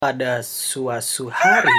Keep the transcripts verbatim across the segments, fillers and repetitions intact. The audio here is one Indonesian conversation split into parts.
Pada suatu hari,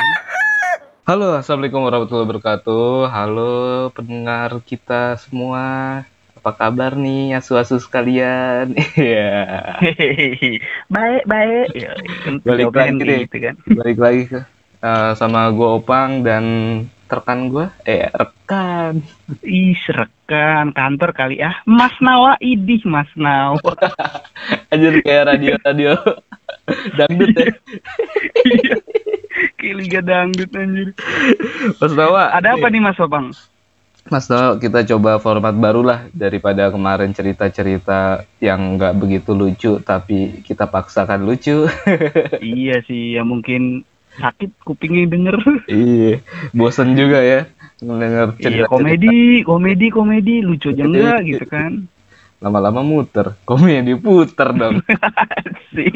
Halo, assalamualaikum warahmatullahi wabarakatuh. Halo pendengar kita semua, apa kabar nih asu-asu sekalian? Iya, Hehehe, baik baik ya kan balik jawabnya kan lagi kayak deh, gitu kan. balik lagi ke eh, sama gue Opang dan rekan gue, eh rekan, Ih, rekan kantor kali ah, Mas Nawa, idih Mas Nawa. aja kayak radio-radio dangdut ya. Iya, kayak Liga Dangdut anjir. Mas Nawa, Ada apa nih, nih Mas Opang? Mas Nawa, kita coba format baru lah daripada kemarin cerita-cerita yang nggak begitu lucu, tapi kita paksakan lucu. Iya sih, ya mungkin sakit kupingnya denger. Iya, bosen juga ya mendengar Iya, cerita-cerita. komedi, komedi, komedi, lucu aja enggak gitu kan. Lama-lama muter, komedi puter dong. Sih.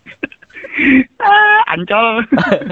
Ah, ancol.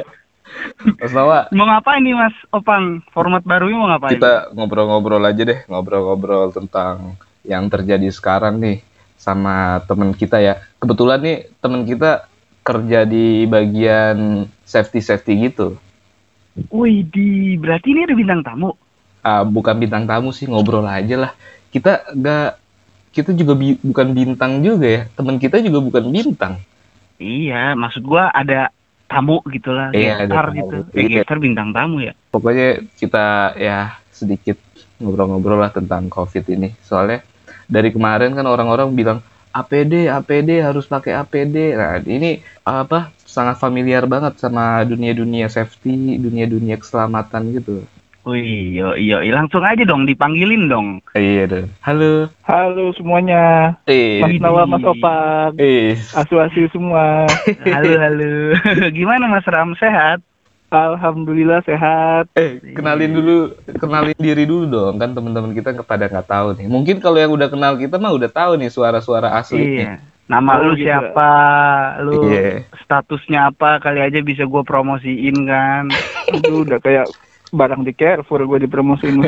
Mas Nawa, Mau ngapain nih Mas Opang? Format barunya mau ngapain? kita ngobrol-ngobrol aja deh, ngobrol-ngobrol tentang yang terjadi sekarang nih sama temen kita ya. Kebetulan nih temen kita kerja di bagian safety-safety gitu. Wih, di berarti ini ada bintang tamu. Ah, bukan bintang tamu sih, ngobrol aja lah. Kita nggak, kita juga bi- bukan bintang juga ya. Temen kita juga bukan bintang. Iya, maksud gua ada tamu gitulah, Iya, ada gestar tamu. gitu. Eh, Iya. gestar bintang tamu ya. Pokoknya kita ya sedikit ngobrol-ngobrol lah tentang COVID ini. Soalnya dari kemarin kan orang-orang bilang A P D, A P D harus pakai A P D. Nah, ini apa sangat familiar banget sama dunia-dunia safety, dunia-dunia keselamatan gitu. Wih, yo, yo, langsung aja dong dipanggilin dong. Iya deh. Halo. Halo semuanya, Eh, Mas Nawa, Mas Opang, eh. asu-asu semua. Halo, halo. Gimana Mas Ram, sehat? Alhamdulillah sehat. Eh, kenalin dulu, kenalin diri dulu dong. Kan teman-teman kita pada nggak tahu nih. Mungkin kalau yang udah kenal kita mah udah tahu nih suara-suara aslinya. Iya. Nama Oh, lu gitu. siapa? Lu Iya. statusnya apa? Kali aja bisa gua promosiin kan. Aduh, udah kayak barang di Carrefour gue dipromosiin.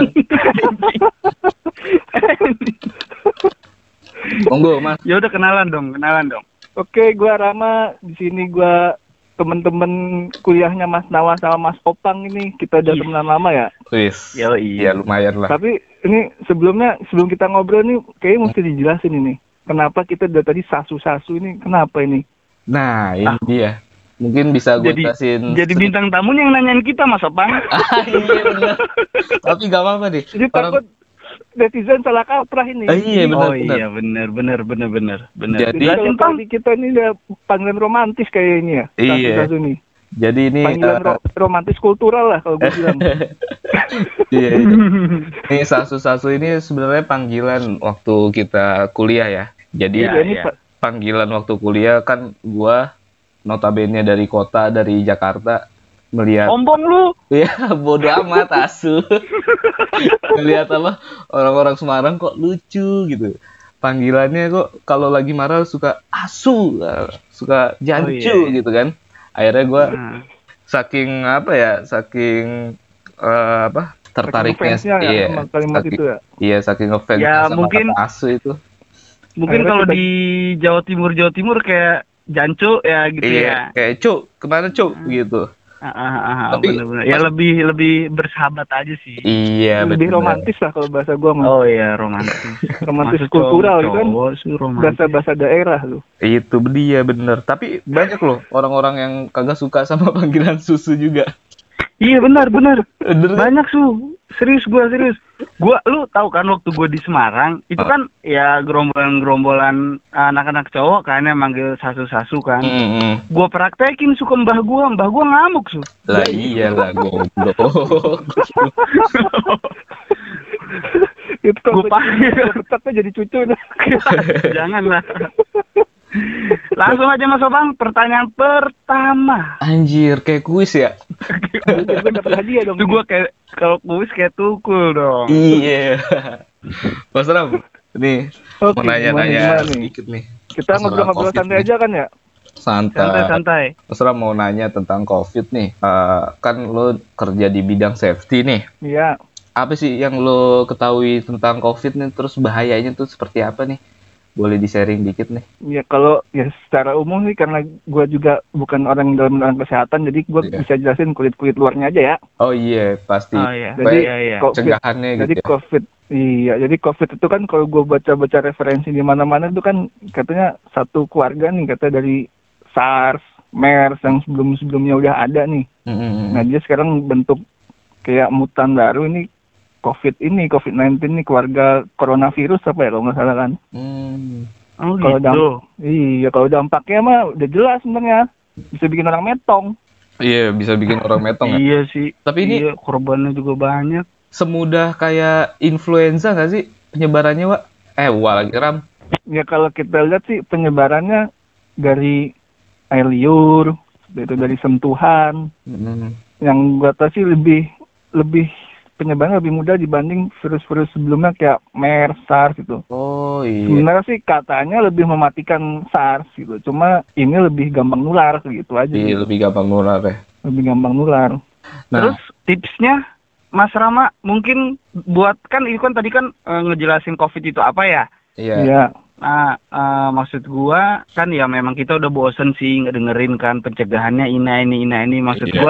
Monggo, Mas. Ya udah kenalan dong, kenalan dong. Oke, gue Rama. Di sini gue temen-temen kuliahnya Mas Nawa sama Mas Opang ini. Kita udah Ih. temenan lama ya. Wis. Yo, iya. Ya lumayan lah. Tapi ini sebelumnya, sebelum kita ngobrol nih, kayaknya mesti dijelasin ini. Kenapa kita udah tadi sasu-sasu ini? Kenapa ini? Nah, ini Ah. dia. Mungkin bisa gue Jadi jelasin. jadi bintang tamunya yang nanyain kita Mas Opang. Ah, iya bener. Tapi gak apa-apa deh. Jadi Orang- takut netizen salah kaprah ini. Ah, iya, benar, Oh benar. iya bener bener bener bener bener. Jadi- Jadi Jelasin kalau Pang. tadi kita ini udah panggilan romantis kayaknya ya. Iya. Sasu-sasu nih. Jadi ini Panggilan eh, ro- romantis kultural lah kalau gue bilang. iya, iya. Ini sasu-sasu ini sebenarnya panggilan waktu kita kuliah ya. Jadi Iya, ini iya. Pak. panggilan waktu kuliah kan gua notabene dari kota, dari Jakarta, melihat Ombong lu. ya bodo amat asu. Melihat apa orang-orang Semarang kok lucu gitu. Panggilannya kok kalau lagi marah suka asu, suka jancu Oh, iya, iya. gitu kan. Akhirnya gua Nah, saking apa ya, saking eh, apa tertariknya, fansnya ya iya, sama kalimat saking, itu ya. iya saking ngefans Ya, sama mungkin- kata asu itu. mungkin Akhirnya kalau kita- di Jawa Timur Jawa Timur kayak jancu ya gitu ya. Iya, kayak cuk, kemana cuk gitu. Ah, ah, ah, ah, Tapi- bener-bener. Ya lebih lebih bersahabat aja sih. Iya, Lebih bener. romantis lah kalau bahasa gue mah. Oh iya romantis. Romantis Masa kultural cowok- gitu kan. cowok sih romantis. Bahasa-bahasa daerah lu. Itu dia bener. Tapi banyak loh orang-orang yang kagak suka sama panggilan susu juga. Iya benar benar. Bener kan? Banyak su, serius gua serius. Gua lu tahu kan waktu gua di Semarang itu Ah. kan ya gerombolan-gerombolan anak-anak cowok kan yang manggil sasu-sasu kan. Mm-mm. Gua praktekin suka mbah gua, mbah gua ngamuk su. Lah iyalah goblok. Itu kalau Gua panggil. petaknya jadi cucu. Janganlah. Langsung aja Mas Obang, pertanyaan pertama. Anjir, kayak kuis ya. Gue dapet hadiah dong. Itu gua kayak kalau kuis kayak tukul dong. Iya. Mas Ram, nih Oke, mau nanya-nanya gimana, gimana nih? sedikit nih. Kita Masalah ngobrol-ngobrol COVID santai nih. aja kan ya? Santai. Santai-santai. Mas Ram mau nanya tentang COVID nih. Eh, kan lo kerja di bidang safety nih. Iya. Apa sih yang lo ketahui tentang COVID nih? Terus bahayanya tuh seperti apa nih? boleh di-sharing dikit nih. Ya kalau ya secara umum sih karena gue juga bukan orang dalam bidang kesehatan, jadi gue Iya. bisa jelasin kulit-kulit luarnya aja ya. Oh iya, pasti. Oh iya. Jadi Iya iya. COVID, Pencegahannya jadi gitu ya. COVID, iya, jadi COVID itu kan kalau gue baca-baca referensi di mana-mana itu kan katanya satu keluarga nih, kata dari SARS, MERS yang sebelum-sebelumnya udah ada nih. Mm-mm. Nah dia sekarang bentuk kayak mutan baru ini COVID ini, COVID sembilan belas nih, keluarga coronavirus apa ya kalau nggak salah kan. Hmm. Oh Kalau gitu. damp- iya, kalau dampaknya mah udah jelas sebenarnya. Bisa bikin orang metong. Iya, bisa bikin orang metong ya. Iya sih. Tapi ini iya, korbannya juga banyak. semudah kayak influenza nggak sih penyebarannya, Wak? Eh, Wak lagi Ram. Ya kalau kita lihat sih penyebarannya dari air liur, itu dari sentuhan. Mm-mm. Yang gua tahu sih lebih lebih penyebarannya lebih mudah dibanding virus-virus sebelumnya kayak MERS, SARS gitu. Oh iya. Sebenarnya sih katanya lebih mematikan SARS gitu. Cuma ini lebih gampang nular gitu aja. Iya, lebih gampang nular ya. Lebih gampang nular. Nah, Terus tipsnya Mas Rama mungkin buat kan itu kan tadi kan eh, ngejelasin COVID itu apa ya? iya. Iya. Nah, eh, maksud gua kan ya memang kita udah bosen sih ngedengerin kan pencegahannya ini ini ini ini maksud Iya. gua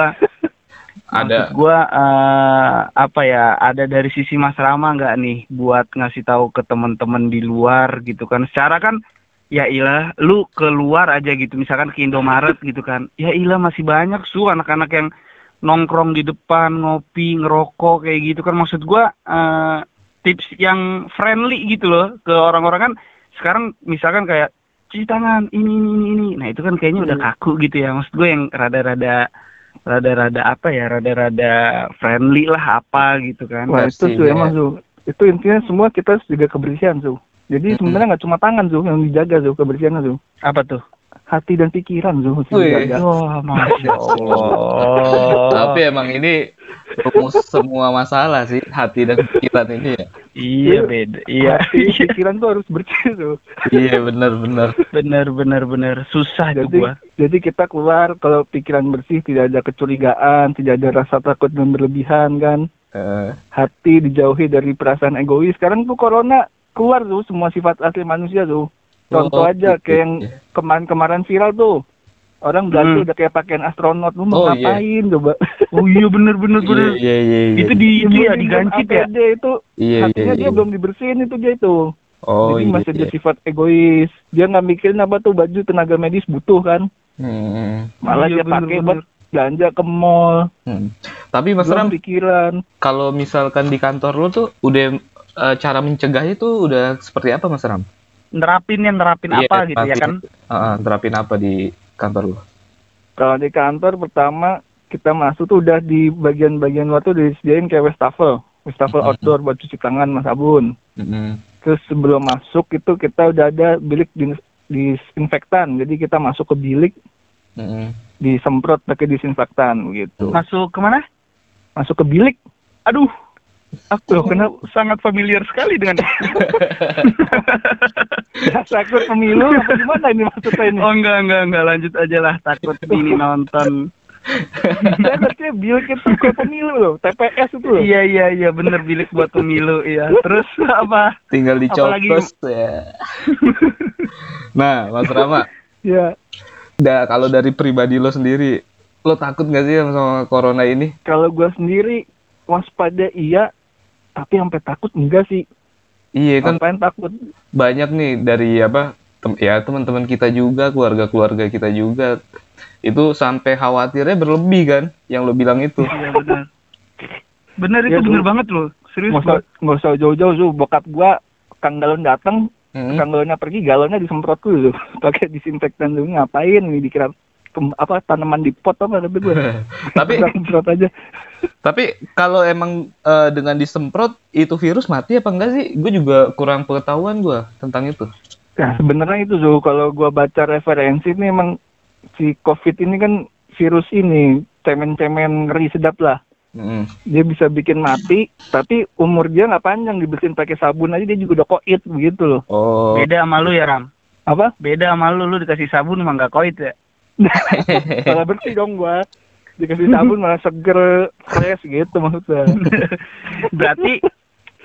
Ada. maksud gua eh, apa ya, ada dari sisi Mas Rama nggak nih buat ngasih tahu ke teman-teman di luar gitu kan, secara kan ya ilah lu keluar aja gitu misalkan ke Indomaret gitu kan, ya ilah masih banyak su anak-anak yang nongkrong di depan ngopi ngerokok kayak gitu kan, maksud gua eh, tips yang friendly gitu loh ke orang-orang kan sekarang misalkan kayak cuci tangan ini ini ini ini, nah itu kan kayaknya udah kaku gitu ya, maksud gue yang rada-rada rada-rada apa ya, rada-rada friendly lah apa gitu kan. Wah itu Versi tuh dia. emang tuh. Itu intinya semua kita harus jaga kebersihan tuh. Jadi Mm-mm. sebenarnya nggak cuma tangan tuh yang dijaga tuh kebersihannya tuh. Apa tuh? Hati dan pikiran tuh harus Wih. dijaga. Wah, masya Allah. Tapi emang ini rumus semua masalah sih, hati dan pikiran ini ya. Iya beda. Iya. Hati, pikiran tuh harus bersih tuh. Iya, benar-benar. Bener bener bener susah tuh Jadi gua. jadi kita keluar kalau pikiran bersih, tidak ada kecurigaan, tidak ada rasa takut dan berlebihan kan. Eh, Hati dijauhi dari perasaan egois. Sekarang tuh corona keluar tuh semua sifat asli manusia tuh. Contoh Oh, aja gitu. kayak yang kemarin-kemarin viral tuh. Orang belanja Hmm. udah kayak pakaian astronot, lu mau Oh, iya. ngapain coba? Oh iya bener bener Iya, bener. iya, iya, iya. Itu di itu ya Belum digancit A P ya. D itu Iya, iya, hatinya dia iya. belum dibersihin itu dia itu. Oh, Jadi iya. masih ada iya. sifat egois. Dia nggak mikirin apa tuh baju tenaga medis butuh kan. Hmm, Malah Iya, dia pakai bener-bener. buat belanja ke mall. hmm. Tapi Mas Ram, Belum pikiran. kalau misalkan di kantor lo tuh udah eh, cara mencegahnya tuh udah seperti apa, Mas Ram? Nerapin yang nerapin Iya, apa gitu ya nerapin. kan? Heeh, terapin apa di kantor lo? Kalau di kantor pertama kita masuk tuh udah di bagian-bagian luar tuh disediain kayak wastafel. Wastafel Mhm. outdoor buat cuci tangan sama sabun. Mm-mm. Terus sebelum masuk itu kita udah ada bilik dis- disinfektan. Jadi kita masuk ke bilik Mm-mm. disemprot pakai disinfektan gitu. Masuk kemana? Masuk ke bilik. Aduh, aku Loh, kenapa? sangat familiar sekali dengan Ya, takut pemilu apa gimana ini maksudnya ini? Oh enggak enggak enggak lanjut aja lah, takut ini nonton. Saya ngerti bilik itu ke pemilu loh, T P S itu loh. Iya iya iya bener, bilik buat pemilu iya. Terus apa? Tinggal Apalagi- dicoplos ya. Nah, Mas Rama, Ya, da, kalau dari pribadi lo sendiri, lo takut gak sih sama corona ini? kalau gua sendiri waspada iya, tapi sampai takut enggak sih. Iya kan Ngapain takut? banyak nih dari apa tem- ya teman-teman kita juga, keluarga-keluarga kita juga itu sampai khawatirnya berlebih kan, yang lo bilang itu. Iya benar. Bener itu Ya, bener tuh. banget loh. Serius Nggak usah, gua. nggak usah jauh-jauh tuh. Bokap gua Kang Galon datang, Hmm. Kang Galonnya pergi, galonnya disemprot dulu tuh. Pakai disinfektan dulu, ngapain nih dikira kem- apa tanaman di pot apa tapi gue. Tapi semprot aja. tapi kalau emang eh, dengan disemprot itu virus mati apa enggak sih? Gue juga kurang pengetahuan gue tentang itu. Nah, sebenarnya itu tuh kalau gua baca referensi ini emang si COVID ini kan virus ini cemen-cemen ngeri sedap lah. Mm. Dia bisa bikin mati, tapi umur dia nggak panjang, dibersihin pakai sabun aja dia juga udah koit begitu loh. Oh. Beda sama lu ya Ram. Apa? Beda sama lu, lu dikasih sabun mah nggak koit ya. Malah bersih dong gua. Dikasih sabun malah seger, fresh gitu maksudnya. Berarti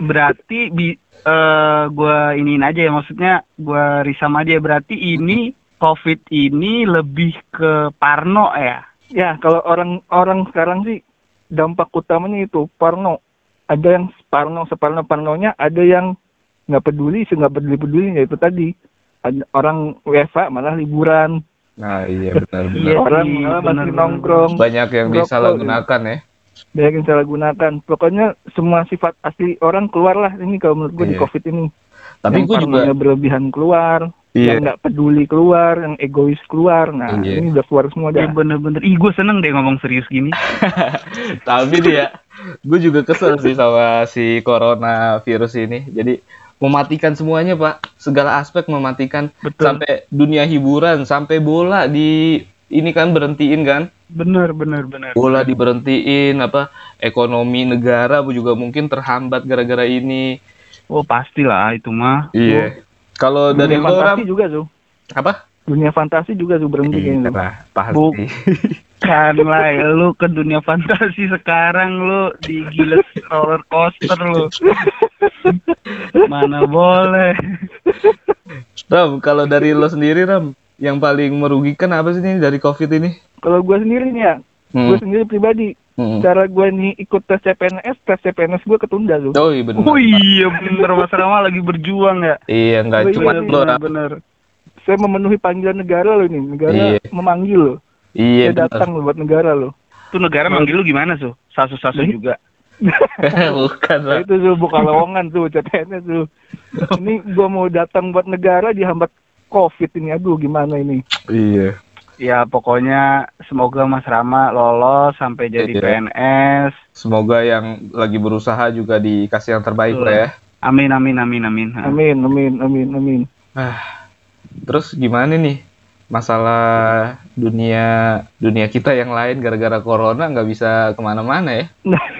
berarti bi eh gua iniin aja ya, maksudnya gua risam aja ya, berarti ini COVID ini lebih ke parno ya. Ya, kalau orang-orang sekarang sih dampak utamanya itu parno. Ada yang parno separno-parnonya, ada yang nggak peduli, sih nggak peduli-peduli ya itu tadi. Ada orang W F H malah liburan. Nah, iya benar-benar. Iya Orang sih, malah benar, masih benar. nongkrong. Banyak yang Ngerokok, disalahgunakan ya. Banyak yang salah gunakan. Pokoknya semua sifat asli orang keluar lah ini kalau menurut gue di Iya. COVID ini. Tapi Yang gue juga parnonya berlebihan keluar, Iya. yang nggak peduli keluar, yang egois keluar. Nah, Iya. ini udah keluar semua Iya dah. bener-bener. Ih, gue seneng deh ngomong serius gini. Tapi dia, gue juga kesel sih sama si coronavirus ini. Jadi mematikan semuanya, Pak. Segala aspek mematikan. Betul. Sampai dunia hiburan, sampai bola di ini kan berhentiin kan. Bener, bener, bener. Bola diberhentiin, apa ekonomi negara juga mungkin terhambat gara-gara ini. Oh pastilah itu mah. Iya. Kalau dari Dunia lo, fantasi Ram, juga tuh. apa? Dunia fantasi juga tuh berhenti Iya, kayaknya. lah, pasti. Bu- Kan lah, lu ke dunia fantasi sekarang lu digiles roller coaster lu. Mana boleh. Ram, kalau dari lo sendiri, Ram, yang paling merugikan apa sih nih dari COVID ini? Kalau gue sendiri nih ya, Hmm. gue sendiri pribadi, Hmm. cara gue nih ikut tes C P N S, tes C P N S gue ketunda tuh. Oh iya benar. Oh iya bener, Mas Rama lagi berjuang ya. Iya, nggak Oh, iya, cuma iya, lo, Ram. Bener. Saya memenuhi panggilan negara loh ini, negara Iya. memanggil loh. Iya, Saya datang loh buat negara loh. Tuh negara manggil lu gimana tuh? Sasu-sasu juga. Bukan, Nah, Ram. itu tuh bukan lowongan tuh C P N S tuh. Ini gue mau datang buat negara dihambat COVID ini, aduh gimana ini? Iya. Ya pokoknya semoga Mas Rama lolos sampai jadi Iya. P N S. Semoga yang lagi berusaha juga dikasih yang terbaik Betul. lah ya. Amin amin amin amin. Amin, amin, amin, amin. Terus gimana nih masalah dunia dunia kita yang lain gara-gara corona nggak bisa kemana-mana ya?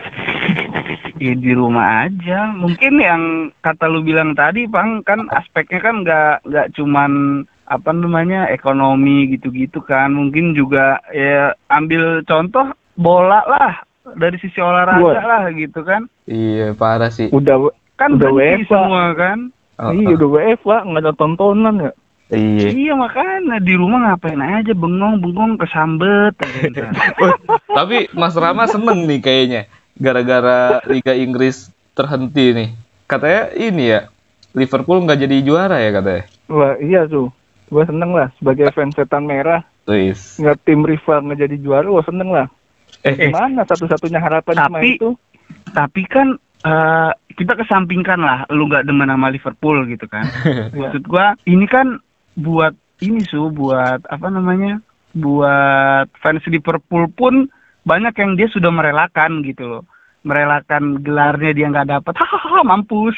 Ya di rumah aja. Mungkin yang kata lu bilang tadi, Bang, kan aspeknya kan nggak nggak cuman apa namanya ekonomi gitu-gitu kan. Mungkin juga ya ambil contoh bola lah, dari sisi olahraga Wah. lah gitu kan. Iya parah sih. Udah, Kan Udah berhenti W F A. semua kan. Oh, iya oh. udah W F A, nggak ada tontonan ya. Iya. Iya makanya di rumah ngapain aja bengong-bengong kesambet aja ntar. Tapi Mas Rama seneng nih kayaknya gara-gara Liga Inggris terhenti nih. Katanya ini ya Liverpool nggak jadi juara ya katanya. Wah iya tuh, gue seneng lah sebagai fans setan merah. Tuis. Nggak tim rival nggak jadi juara, gue seneng lah. Eh, Gimana satu-satunya harapan cuma Tapi- itu? Tapi kan eh, kita kesampingkan lah, lu nggak demen sama Liverpool gitu kan. Maksud gua ini kan buat ini su, buat apa namanya, buat fans Liverpool pun banyak yang dia sudah merelakan gitu loh, merelakan gelarnya dia nggak dapat, hahaha mampus.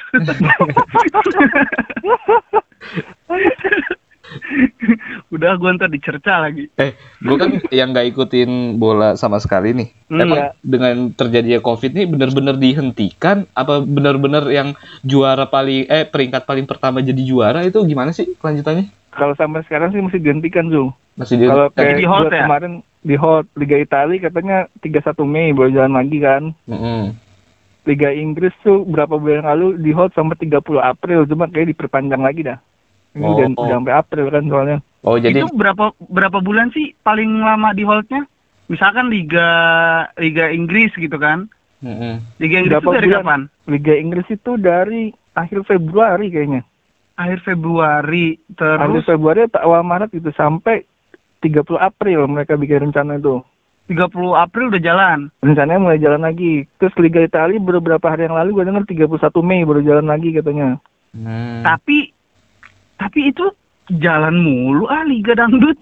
Udah gua ntar dicerca lagi. eh, gue kan yang nggak ikutin bola sama sekali nih. Hmm, Emang ya. dengan terjadinya COVID ini benar-benar dihentikan? Apa benar-benar yang juara paling eh peringkat paling pertama jadi juara itu gimana sih kelanjutannya? Kalau sampai sekarang sih mesti dihentikan tuh. Masih di Kalau kayak Di hold buat ya? kemarin di hold Liga Italia katanya tiga puluh satu Mei baru jalan lagi kan. Mm-mm. Liga Inggris tuh berapa bulan lalu di hold sampai tiga puluh April, cuma kayak diperpanjang lagi dah. Ini Oh. udah, udah sampai April kan soalnya. Oh jadi Itu berapa berapa bulan sih paling lama di holdnya? Misalkan Liga Liga Inggris gitu kan? Mm-mm. Liga Inggris Berapa itu dari bulan? kapan? Liga Inggris itu dari akhir Februari kayaknya. Akhir Februari Akhir terus Februari atau awal Maret itu sampai tiga puluh April mereka bikin rencana itu. tiga puluh April udah jalan. Rencananya mulai jalan lagi. Terus Liga Italia beberapa hari yang lalu gue dengar tiga puluh satu Mei baru jalan lagi katanya. Hmm. Tapi tapi itu jalan mulu ah Liga Dangdut.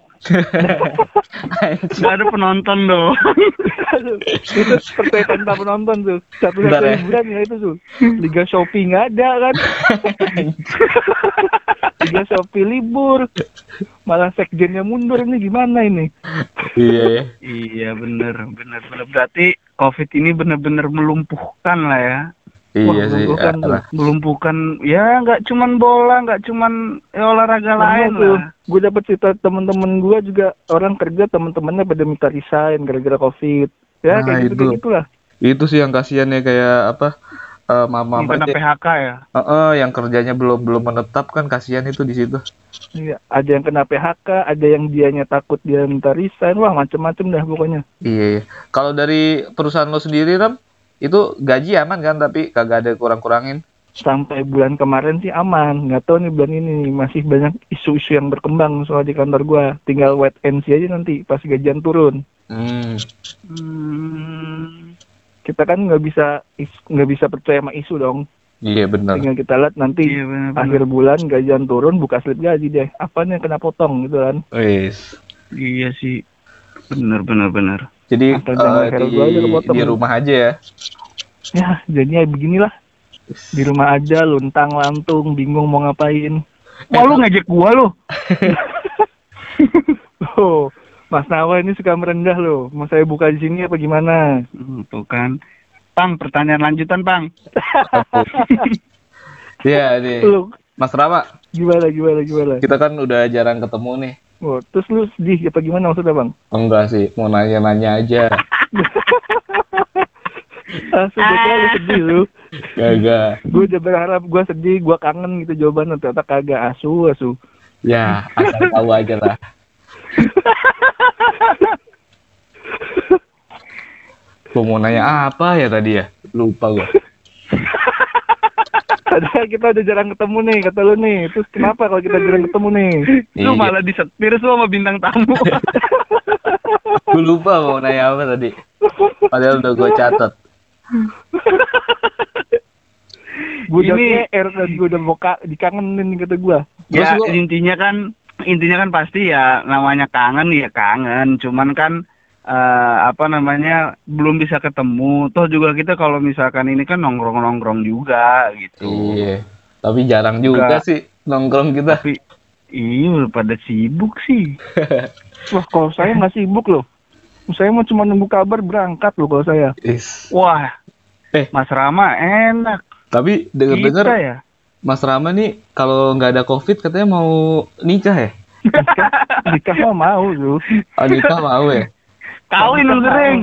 Gak ada penonton dong. Itu seperti tanpa penonton tuh. Satu-satu Bentar ya. hiburan ya itu tuh. Liga Shopee nggak ada kan. Liga Shopee libur. Malah sekjennya mundur, ini gimana ini? Iya ya. Iya bener bener bener berarti COVID ini bener-bener melumpuhkan lah ya. Iya sih. melumpuhkan tuh. alah. Melumpuhkan ya nggak cuman bola, nggak cuman ya, olahraga lain tuh, lah. gue dapet cerita temen-temen gue juga orang kerja temen-temennya pada minta resign gara-gara COVID. Ya Nah, kayak gitu itu. kayak gitulah. Itu sih yang kasihan ya kayak apa eh, mama Yang kena aja. P H K ya. Eh, eh, yang kerjanya belum belum menetap kan kasihan itu di situ. Iya, ada yang kena P H K, ada yang dianya takut dia minta resign, wah macem-macem dah pokoknya. Iya, iya. Kalau dari perusahaan lo sendiri, Ram, itu gaji aman kan, tapi kagak ada kurang-kurangin. Sampai bulan kemarin sih aman, nggak tahu nih bulan ini nih, masih banyak isu-isu yang berkembang soal di kantor gua. Tinggal wait and see aja nanti pas gajian turun. Hmm. Hmm. Kita kan nggak bisa is- nggak bisa percaya sama isu dong. Iya benar. Tinggal kita lihat nanti Iya benar-benar. akhir bulan gajian turun, buka slip gaji deh. Apa nih yang kena potong gitu kan? Wis. Iya sih. Bener bener bener. Jadi Atau eh, jangan di, gua aja kepotong. di rumah aja ya. Ya, jadinya beginilah. Di rumah aja luntang lantung, bingung mau ngapain. Wah lu ngejek gua lu. Oh, Mas Nawa ini suka merendah loh. Mau saya buka di sini apa gimana? Hmm, Tuh kan. Pang, pertanyaan lanjutan, Pang. Iya nih. Lu Mas Rama, gimana gimana gimana? kita kan udah jarang ketemu nih. Oh, terus lu sedih apa gimana maksudnya, Bang? Enggak sih, mau nanya-nanya aja. Langsung gue lu sedih lu. Gagak. Gue udah berharap gue sedih, gue kangen gitu jawabannya, ternyata kagak. Asu asu. Ya, asal tahu aja lah. Gue mau nanya apa ya tadi ya? Lupa gue. Padahal kita udah jarang ketemu nih, kata lu nih. Terus kenapa kalau kita jarang ketemu nih? Lu Iya. malah disetir lu sama bintang tamu. Gue lupa mau nanya apa tadi. Padahal udah gue catat. Gue udah Ini- K R dan gue udah mau ka- dikangenin kata gue. Terus Ya lu- intinya kan intinya kan pasti ya namanya kangen ya kangen. Cuman kan eh, apa namanya belum bisa ketemu. Toh juga kita kalau misalkan ini kan nongkrong-nongkrong juga gitu. Iya. Tapi jarang juga Enggak. sih nongkrong kita. Tapi iya udah pada sibuk sih. Wah, kalau saya nggak sibuk loh. Saya mau cuma nunggu kabar berangkat loh kalau saya. Is. Wah, Eh. Mas Rama enak. Tapi Kita denger-denger ya. Mas Rama nih kalau nggak ada COVID katanya mau nikah ya? Nikah mah mau tuh. Oh, nikah mau ya? Kawin lu sering.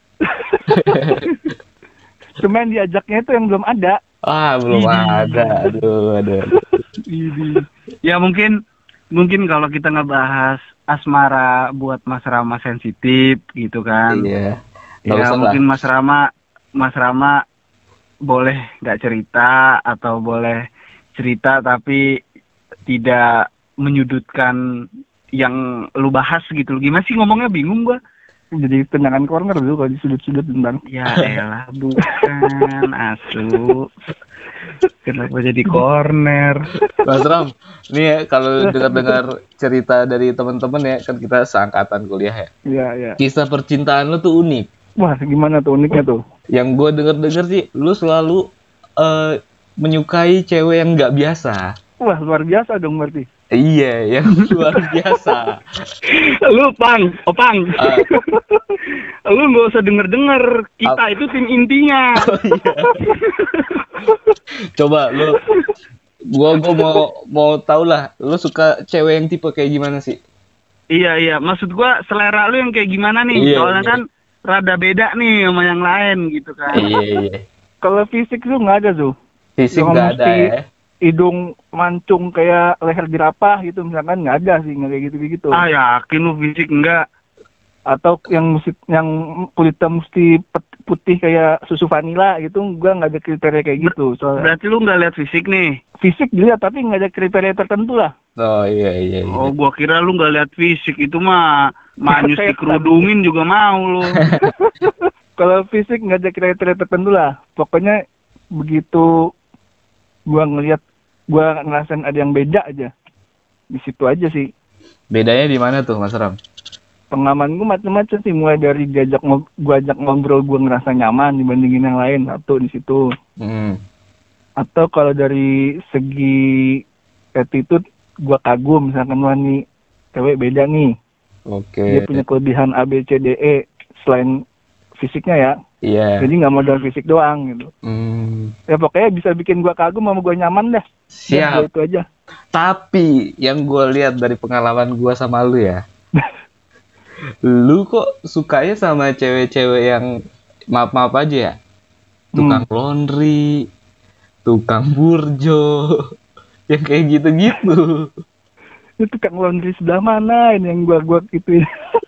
Cuman diajaknya itu yang belum ada. Ah, belum Ini. ada. Aduh, aduh. Ya mungkin mungkin kalau kita ngebahas asmara buat Mas Rama sensitif gitu kan. Iya. Nggak Ya usah lah. mungkin Mas Rama Mas Rama boleh nggak cerita atau boleh cerita tapi tidak menyudutkan yang lu bahas gitu. Gimana sih ngomongnya bingung gua. Jadi tendangan corner dulu kalau di sudut-sudut tentang. Ya elah bukan asu. Kenapa jadi corner? Mas Ram, nih ya kalau dengar-dengar cerita dari teman-teman ya, kan kita seangkatan kuliah ya. Iya, iya. Kisah percintaan lu tuh unik. Wah, gimana tuh uniknya tuh? Yang gue denger-denger sih, lu selalu eh, menyukai cewek yang nggak biasa. Wah, luar biasa dong berarti. Iya, yang luar biasa. Lu Pang, oh Pang. Ah. Lu nggak usah denger-denger. Kita Ap- itu tim intinya. Coba lu, gua gua mau mau tahu lah, lu suka cewek yang tipe kayak gimana sih? Iya iya, maksud gua selera lu yang kayak gimana nih? Iya, Soalnya iya. kan rada beda nih sama yang lain gitu kan. Iya, iya. Kalau fisik tuh nggak ada tuh. Fisik Yang nggak ada mesti- ya. Hidung mancung kayak leher jerapah gitu misalkan nggak ada sih, nggak kayak gitu gitu. Ah yakin lu fisik enggak? Atau yang mesti yang kulitnya mesti pet- putih kayak susu vanila gitu, gua nggak ada kriteria kayak gitu. Soalnya Berarti lu nggak lihat fisik nih? fisik dilihat tapi nggak ada kriteria tertentu lah. Oh iya iya. iya. Oh gua kira lu nggak lihat fisik itu mah manyus Setan. dikerudungin juga mau lu. Kalau fisik nggak ada kriteria tertentu lah. Pokoknya begitu gua ngelihat, gua ngerasain ada yang beda aja. Di situ aja sih. Bedanya di mana tuh, Mas Ram? Pengalaman gue macam-macam sih, mulai dari diajak ngob- gua ajak ngobrol gue ngerasa nyaman dibandingin yang lain, satu di situ. Hmm. Atau kalau dari segi attitude gue kagum, misalkan wah nih cewek beda nih, Oke. dia punya kelebihan A B C D E selain fisiknya ya, Iya. jadi nggak modal fisik doang gitu. Hmm. Ya pokoknya bisa bikin gue kagum sama gue nyaman dah. Ya, Siap. itu aja. Tapi yang gue lihat dari pengalaman gue sama lu ya, lu kok sukanya sama cewek-cewek yang maaf-maaf aja ya, tukang laundry, tukang burjo, yang kayak gitu-gitu. Itu tukang laundry sebelah mana ini yang gua gua itu.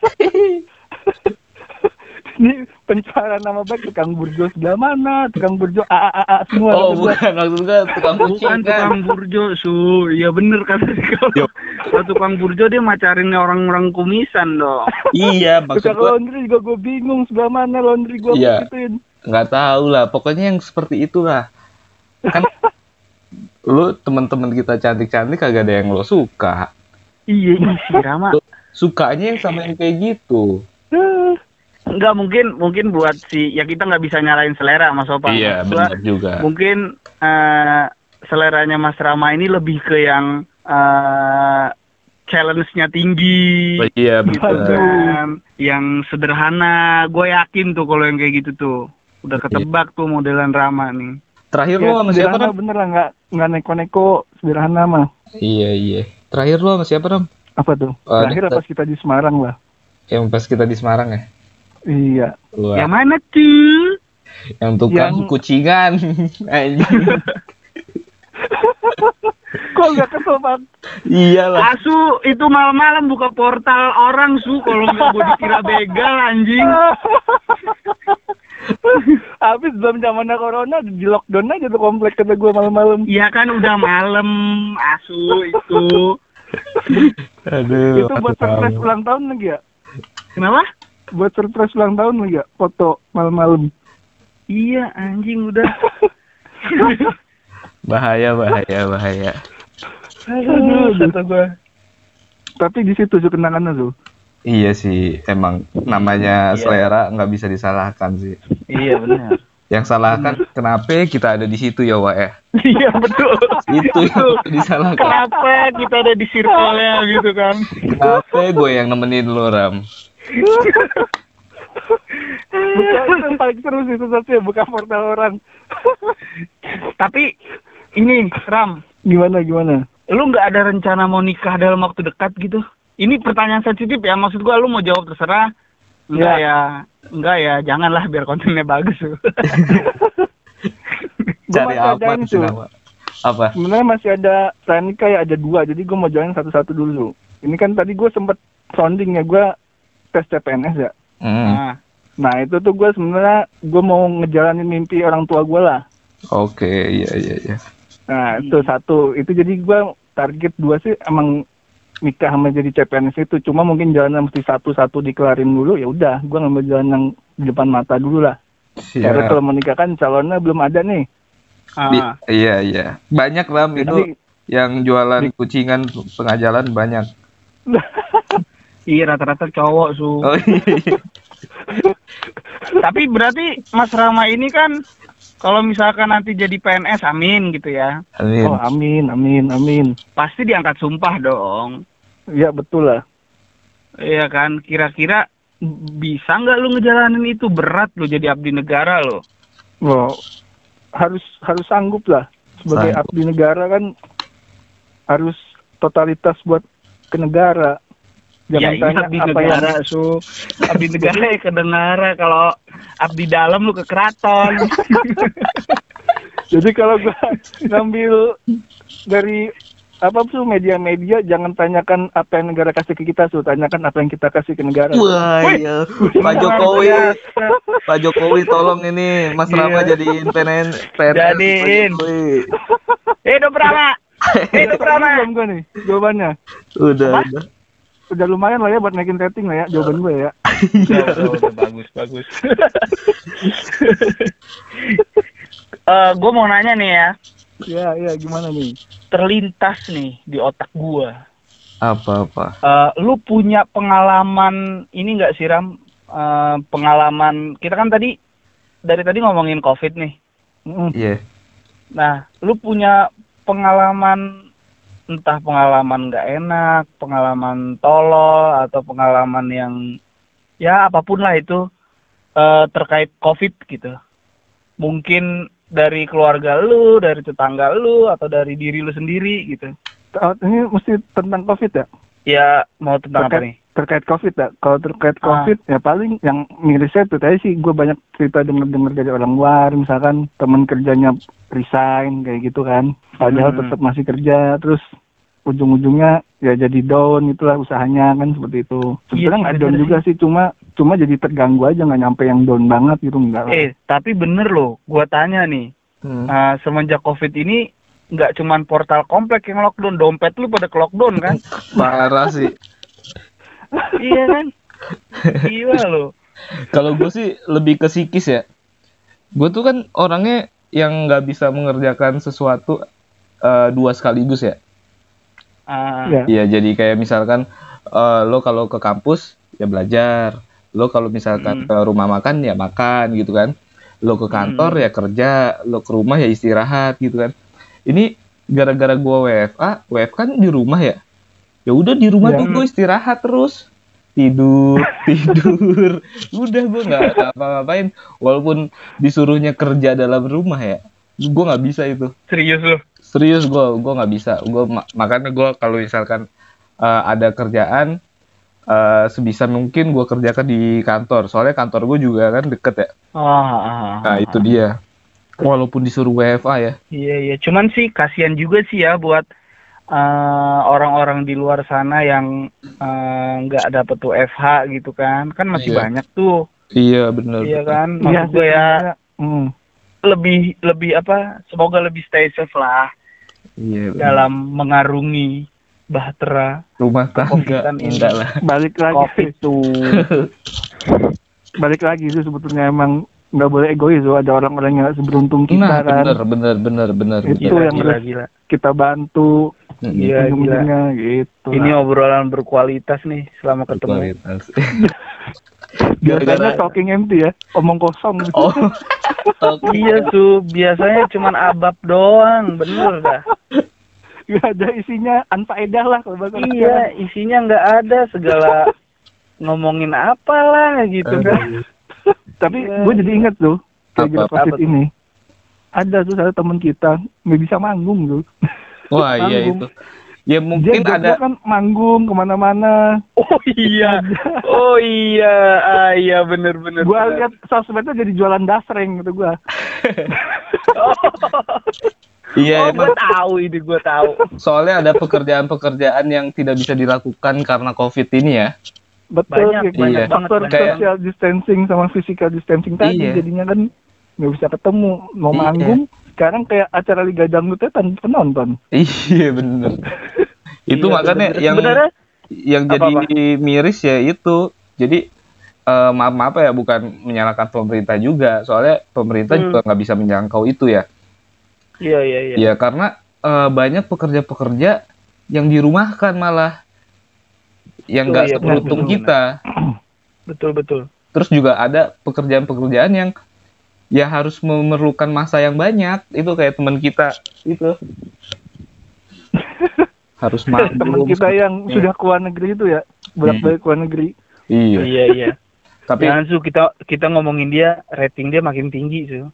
Ini pencemaran nama baik tukang burjo sebelah mana? Tukang burjo a a a, a semua. Oh, ada bukan, maksud gua tukang kucing Bukan kan. tukang burjo, Su. Iya bener kan. Kalau kalau tukang burjo dia macarin orang-orang kumisan dong. Iya, maksud tukang gua laundry juga gue bingung sebelah mana laundry gue Iya. gituin. nggak tahu lah. Pokoknya yang seperti itulah. Kan lu teman-teman kita cantik-cantik kagak ada yang lo suka. Iya, si Rama. Sukanya yang sama yang kayak gitu. Enggak, mungkin mungkin buat si ya kita nggak bisa nyalain selera Mas Opa. Iya, Maksud gua, benar juga. Mungkin eh, seleranya Mas Rama ini lebih ke yang eh, challenge-nya tinggi. Oh, iya, betul. Kan? Yang sederhana. Gue yakin tuh kalau yang kayak gitu tuh udah ketebak tuh modelan Rama nih. Terakhir Ya, lu sama siapa, sederhana Ram? bener lah, nggak nggak neko-neko, sederhana mah. Iya, iya. Terakhir lu sama siapa, Ram? Apa tuh? Oh, Terakhir ada- pas kita di Semarang lah. Yang pas kita di Semarang ya? Iya. Wah, Yang mana tuh? yang tukang Yang- kucingan. Anjing. Kok nggak kesel Pak? Iyalah. Asu itu malam-malam buka portal orang Su, kalau nggak gue dikira begal anjing. Habis belum zamannya corona di lockdown aja tuh komplek kata gue malam-malam. Iya kan udah malam Asu itu. Aduh. Itu buat aku tahu. surprise ulang tahun lagi ya? Kenapa? Buat surprise ulang tahun lagi ya? Foto malam-malam. Iya anjing udah. Bahaya, bahaya, bahaya. Aduh, kata gue. Tapi di situ tuh kenangannya tuh. Iya sih, emang namanya Iya. selera nggak bisa disalahkan sih. Iya benar. Yang salahkan kenapa kita ada di situ ya, Wak ya? Iya betul. Itu yang disalahkan. Kenapa kita ada di circle-nya gitu kan? Kenapa gue yang nemenin lo, Ram? Buka itu yang paling seru sih sesatnya, buka portal orang. Tapi ini Ram, Gimana gimana? lu nggak ada rencana mau nikah dalam waktu dekat gitu? Ini pertanyaan sensitif ya, maksud gua lu mau jawab terserah. Enggak Ya. ya, enggak ya, janganlah biar kontennya bagus. Cari masih ada apa ini sih tuh. nama? Apa? Sebenarnya masih ada selain nikah ya ada dua, jadi gue mau jalanin satu-satu dulu. Ini kan tadi gue sempet sounding ya, gue tes C P N S ya. Hmm. Nah, Nah itu tuh gue sebenarnya gue mau ngejalanin mimpi orang tua gue lah. Oke, iya, iya, iya. Nah itu satu, itu jadi gue target dua sih emang nikah sama jadi C P N S itu. Cuma mungkin jalan mesti satu-satu dikelarin dulu, ya udah gue ngambil jalan yang di depan mata dulu lah. Karena Siap. kalau mau nikah kan calonnya belum ada nih. Di- ah, iya, iya. Banyak, Ram, itu Jadi yang jualan kucingan tengah jalan banyak. iya rata-rata cowok su. Oh iya. Tapi berarti Mas Rama ini kan kalau misalkan nanti jadi P N S, amin gitu ya, Amin. oh amin amin amin. pasti diangkat sumpah dong. Ya betul lah. Iya kan, kira-kira bisa nggak lu ngejalanin itu? Berat lu jadi abdi negara lo. Wow, harus harus sanggup lah sebagai Sanggup. abdi negara kan, harus totalitas buat ke negara. Jangan Ya iya tanya abdi apa yang negara su, abdi negara ya ke negara, kalau abdi dalam lu ke keraton. jadi kalau gua ngambil dari apa tuh media-media, jangan tanyakan apa yang negara kasih ke kita, tuh tanyakan apa yang kita kasih ke negara. Wah, iya. Pak Jokowi, Pak Jokowi tolong ini Mas Rama Iya. jadiin P N S. P N S, Jadiin. Pak Jokowi. Hidup Rama, hidup Rama. Belum gua nih jawabannya. Udah, Apa? udah. Udah lumayan lah ya buat naikin rating lah ya jawaban gue ya. Ya, udah, udah, bagus bagus. Eh, gue mau nanya nih ya, Ya ya gimana nih? terlintas nih di otak gue. Apa-apa? Eh, lu punya pengalaman ini nggak sih Ram? Eh, pengalaman kita kan tadi dari tadi ngomongin COVID nih. Mm. Iya. Nah, lu punya pengalaman, entah pengalaman nggak enak, pengalaman tolol, atau pengalaman yang ya apapun lah itu eh, terkait COVID gitu. Mungkin dari keluarga lu, dari tetangga lu, atau dari diri lu sendiri gitu. Oh, ini mesti tentang COVID ya? Ya mau tentang apa Terkait- nih? Terkait COVID ya? Kalau terkait Ah. COVID ya paling yang mirisnya itu tadi sih gue banyak cerita denger-denger dari orang luar, misalkan teman kerjanya resign kayak gitu kan. Padahal Hmm. tetap masih kerja, terus ujung-ujungnya ya jadi down itulah usahanya kan seperti itu. Sebenarnya nggak Iya, down bener juga sih, cuma cuma jadi terganggu aja, nggak nyampe yang down banget gitu enggak lah. Eh, tapi bener loh, gua tanya nih, Hmm. uh, semenjak COVID ini nggak cuman portal komplek yang lockdown, dompet lu pada ke lockdown kan? Parah sih. Iya kan? Gila loh. Kalau gue sih lebih ke psikis ya. Gue tuh kan orangnya yang nggak bisa mengerjakan sesuatu eh, dua sekaligus ya. Ah, Ya. Iya, jadi kayak misalkan eh, lo kalau ke kampus ya belajar, lo kalau misalkan Hmm. ke rumah makan ya makan gitu kan, lo ke kantor Hmm. ya kerja, lo ke rumah ya istirahat gitu kan. Ini gara-gara gue W F A, W F kan di rumah ya. Ya udah di rumah Ya. tuh gue istirahat terus, tidur tidur, udah gue nggak nggak apa-ngapain. Walaupun disuruhnya kerja dalam rumah ya, gue nggak bisa itu. serius loh. Serius gue gue nggak bisa. Gue makanya gue kalau misalkan eh, ada kerjaan eh, sebisa mungkin gue kerjakan di kantor. Soalnya kantor gue juga kan deket ya. Ah, ah, ah, Nah ah. itu dia. Walaupun disuruh W F A ya. Iya, iya. Cuman sih kasihan juga sih ya buat eh, orang-orang di luar sana yang eh, nggak dapet W F H gitu kan. Kan masih Iya. banyak tuh. Iya bener. Iya bener. kan? Iya Maksud gue ya sebenarnya, hmm. lebih lebih apa? Semoga lebih stay safe lah Iya. bener. dalam mengarungi bahtera Rumah tangga Covid-an ini. enggak lah. balik lagi COVID tuh. balik lagi sih sebetulnya emang nggak boleh egois loh, ada orang-orang yang seberuntung kita Nah kan, bener bener bener bener. Itu bener. yang gila, harus gila. kita bantu Mm-mm. Iya, gila. ujung-ujungnya gitu Ini lah. obrolan berkualitas nih selama ketemu. Berkualitas. Biasanya Gara-gara- talking empty ya, omong kosong gitu. Oh. Oke. Iya tuh, biasanya cuman abab doang, bener dah. Gak ada isinya, anfaedah lah kalau bahasa Iya, sekarang. isinya nggak ada, segala ngomongin apalah gitu kan. Tapi Iya. gue jadi inget tuh kayak gitu Apa? COVID Apa tuh? ini, ada tuh salah teman kita nggak bisa manggung tuh. Wah iya Manggung. itu. Ya mungkin Dia ada. dia kan manggung kemana-mana. Oh iya, oh iya, ah, iya bener-bener. Gue lihat sosmednya jadi jualan dasreng gitu gue. Iya Oh, emang. gue tahu ini, gue tahu. Soalnya ada pekerjaan-pekerjaan yang tidak bisa dilakukan karena COVID ini ya. Betul, Banyak, kayak banyak gitu. Faktor banget, banyak. social distancing sama physical distancing tadi, Iya. jadinya kan nggak bisa ketemu, mau Iya. manggung. Sekarang kayak acara Liga Dangdutnya tanpa penonton. Iya bener. Itu Iya, makanya bener-bener. yang Sebenarnya yang jadi Apa-apa? miris ya itu. Jadi eh, maaf maaf ya, bukan menyalahkan pemerintah juga. Soalnya pemerintah Hmm. juga nggak bisa menjangkau itu ya. iya iya iya. Ya karena eh, banyak pekerja-pekerja yang dirumahkan malah, yang Betul, nggak iya, seberuntung benar, kita. Betul betul. Terus juga ada pekerjaan-pekerjaan yang ya harus memerlukan masa yang banyak. Itu kayak teman kita itu harus Teman manggung. kita yang sudah ke luar negeri itu ya, bolak-balik ke luar negeri. Iya. Iya iya. Tapi Jangan su kita kita ngomongin dia, rating dia makin tinggi su.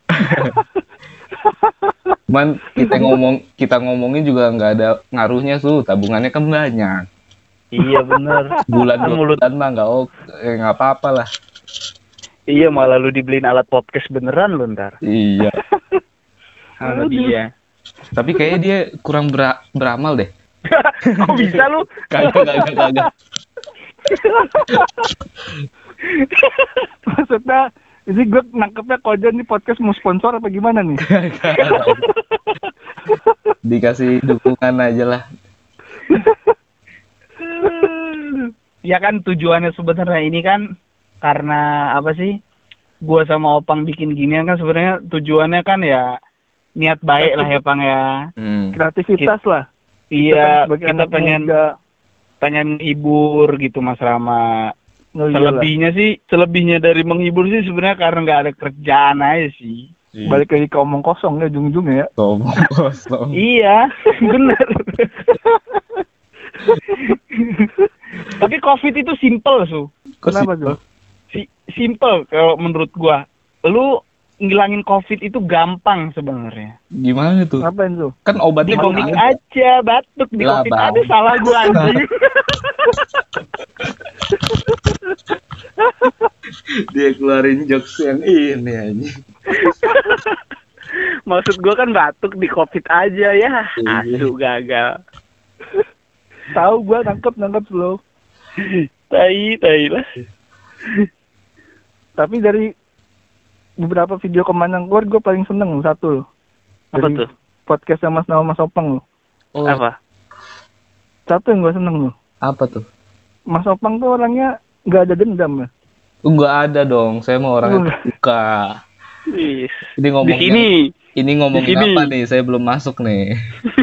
cuman kita ngomong kita ngomongin juga nggak ada ngaruhnya tuh, tabungannya kan banyak. Iya bener. Bulan Kan dua mulut. bulan mah nggak oke, eh, nggak apa-apa lah. Iya malah lu dibeliin alat podcast beneran lu ntar. Iya. Sama dia. Tapi kayaknya dia kurang bera- beramal deh. Kok bisa lu? Kagak kagak kagak. Maksudnya, ini gue nangkepnya Kojan nih podcast mau sponsor apa gimana nih? Dikasih dukungan aja lah. Ya kan tujuannya sebenarnya ini kan karena apa sih? Gua sama Opang bikin ginian kan sebenarnya tujuannya kan ya niat baik lah ya Pang ya. Hmm. Kreativitas lah. Iya, sebagai kita anak pengen muda. pengen hibur gitu Mas Rama. Oh, iyalah. Selebihnya sih, selebihnya dari menghibur sih sebenarnya karena nggak ada kerjaan aja sih. Balik lagi ke omong kosong ya ujung-ujungnya ya. Ngomong kosong. Iya, bener. Tapi COVID itu simple su. Kok Kenapa sih? tuh? Si simple kalau menurut gua. Lu ngilangin COVID itu gampang sebenarnya. Gimana tuh? Ngapain tuh? Kan obatnya Komik belum ada. aja batuk di Lah, COVID Bang. ada salah gua anjing. Dia keluarin jokes yang ini aja. Maksud gue kan batuk di covid aja ya. Iya. Asu gagal. Tahu gua nangkep nangkep lo. Tai, tai lah. Tapi dari beberapa video kemarin yang keluar, gue paling seneng satu loh. Apa Dari tuh? Podcast sama Mas Nawa Mas Opang loh. Oh, Apa? Satu yang gue seneng loh. apa tuh? Mas Opang tuh orangnya nggak ada dendam ya. Enggak ada dong, saya mau orangnya terbuka. Wis. Ini Di ngomongin sini. ini ngomongin Di sini. apa nih? Saya belum masuk nih.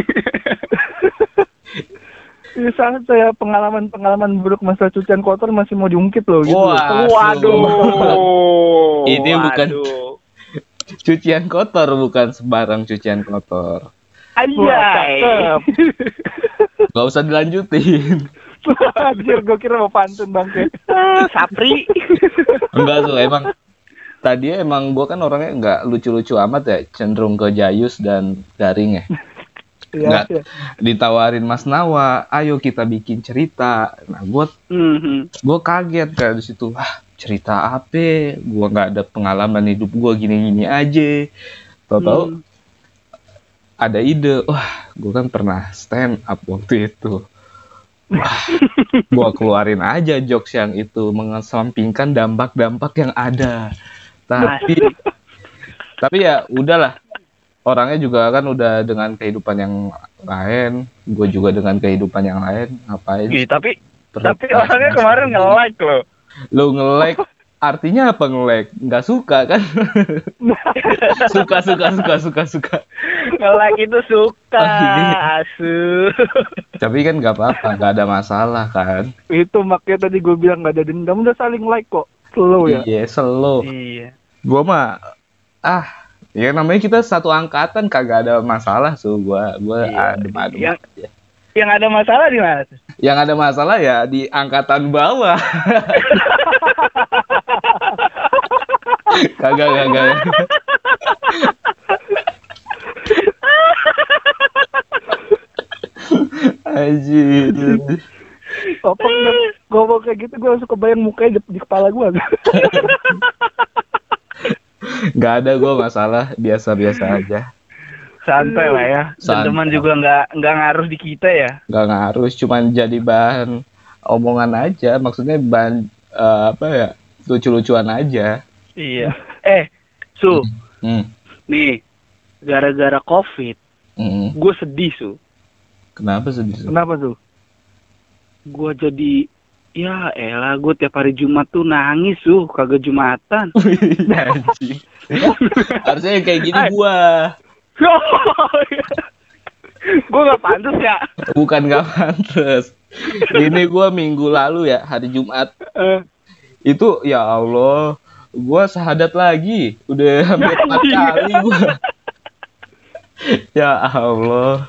Ini saat saya pengalaman-pengalaman buruk masalah cucian kotor masih mau diungkit loh gitu. loh. Wah, Waduh. Ini bukan Waduh. cucian kotor, bukan sembarang cucian kotor. Wah, Anjay. cakep. Gak usah dilanjutin. Anjir, gue kira mau pantun bangke. Sapri. Enggak tuh, emang tadi emang gue kan orangnya nggak lucu-lucu amat ya, cenderung ke jayus dan garing ya. Iya, Nggak iya. ditawarin Mas Nawa, ayo kita bikin cerita. Nah, gue Mhm. gue kaget kan di situ. Wah, cerita apa? Gue nggak ada pengalaman hidup gue gini-gini aja. Tahu-tahu Hmm. ada ide. Wah, gue kan pernah stand up waktu itu. Wah, gue keluarin aja jokes yang itu, mengesampingkan dampak-dampak yang ada. Tapi, tapi ya udahlah. Orangnya juga kan udah dengan kehidupan yang lain, gue juga dengan kehidupan yang lain. Ngapain? Ih, tapi Perlu- tapi orangnya kemarin nge-like loh. Lu nge-like, artinya apa nge-like? Nggak suka kan? suka, suka, suka, suka, suka. Nge-like itu suka. Oh, ini. Asu. Tapi kan nggak apa-apa, nggak ada masalah kan? Itu makanya tadi gue bilang nggak ada dendam, udah saling like kok. Slow ya. Iya, slow. Iya. Gua mah, ah, ya namanya kita satu angkatan, kagak ada masalah. So, gua, gua Iya. adem-adem Yang- aja. Yang ada masalah di mana? tuh? Yang ada masalah ya di angkatan bawah. kagak, kagak. Anjir. Apa ngomong kayak gitu gue langsung kebayang mukanya di, di kepala gue. Nggak ada gue masalah, biasa-biasa aja. Santai lah ya. Santai. Teman juga nggak nggak ngaruh di kita ya. Nggak ngaruh, cuman jadi bahan omongan aja. Maksudnya bahan eh, apa ya, lucu-lucuan aja. Iya. Eh, Su, Hmm. nih gara-gara COVID, Hmm. gue sedih Su. Kenapa sedih? Su? Kenapa tuh? Gue jadi ya elah gue tiap hari Jumat tuh nangis Su, kagak Jumatan. Anjing. Harusnya yang kayak gini Ay. gua. Gue nggak pantas ya. Bukan gak pantes. Ini gua minggu lalu ya, hari Jumat. Eh, Itu ya Allah, gua sahadat lagi. Udah hampir empat Anjing. kali gua. Ya Allah.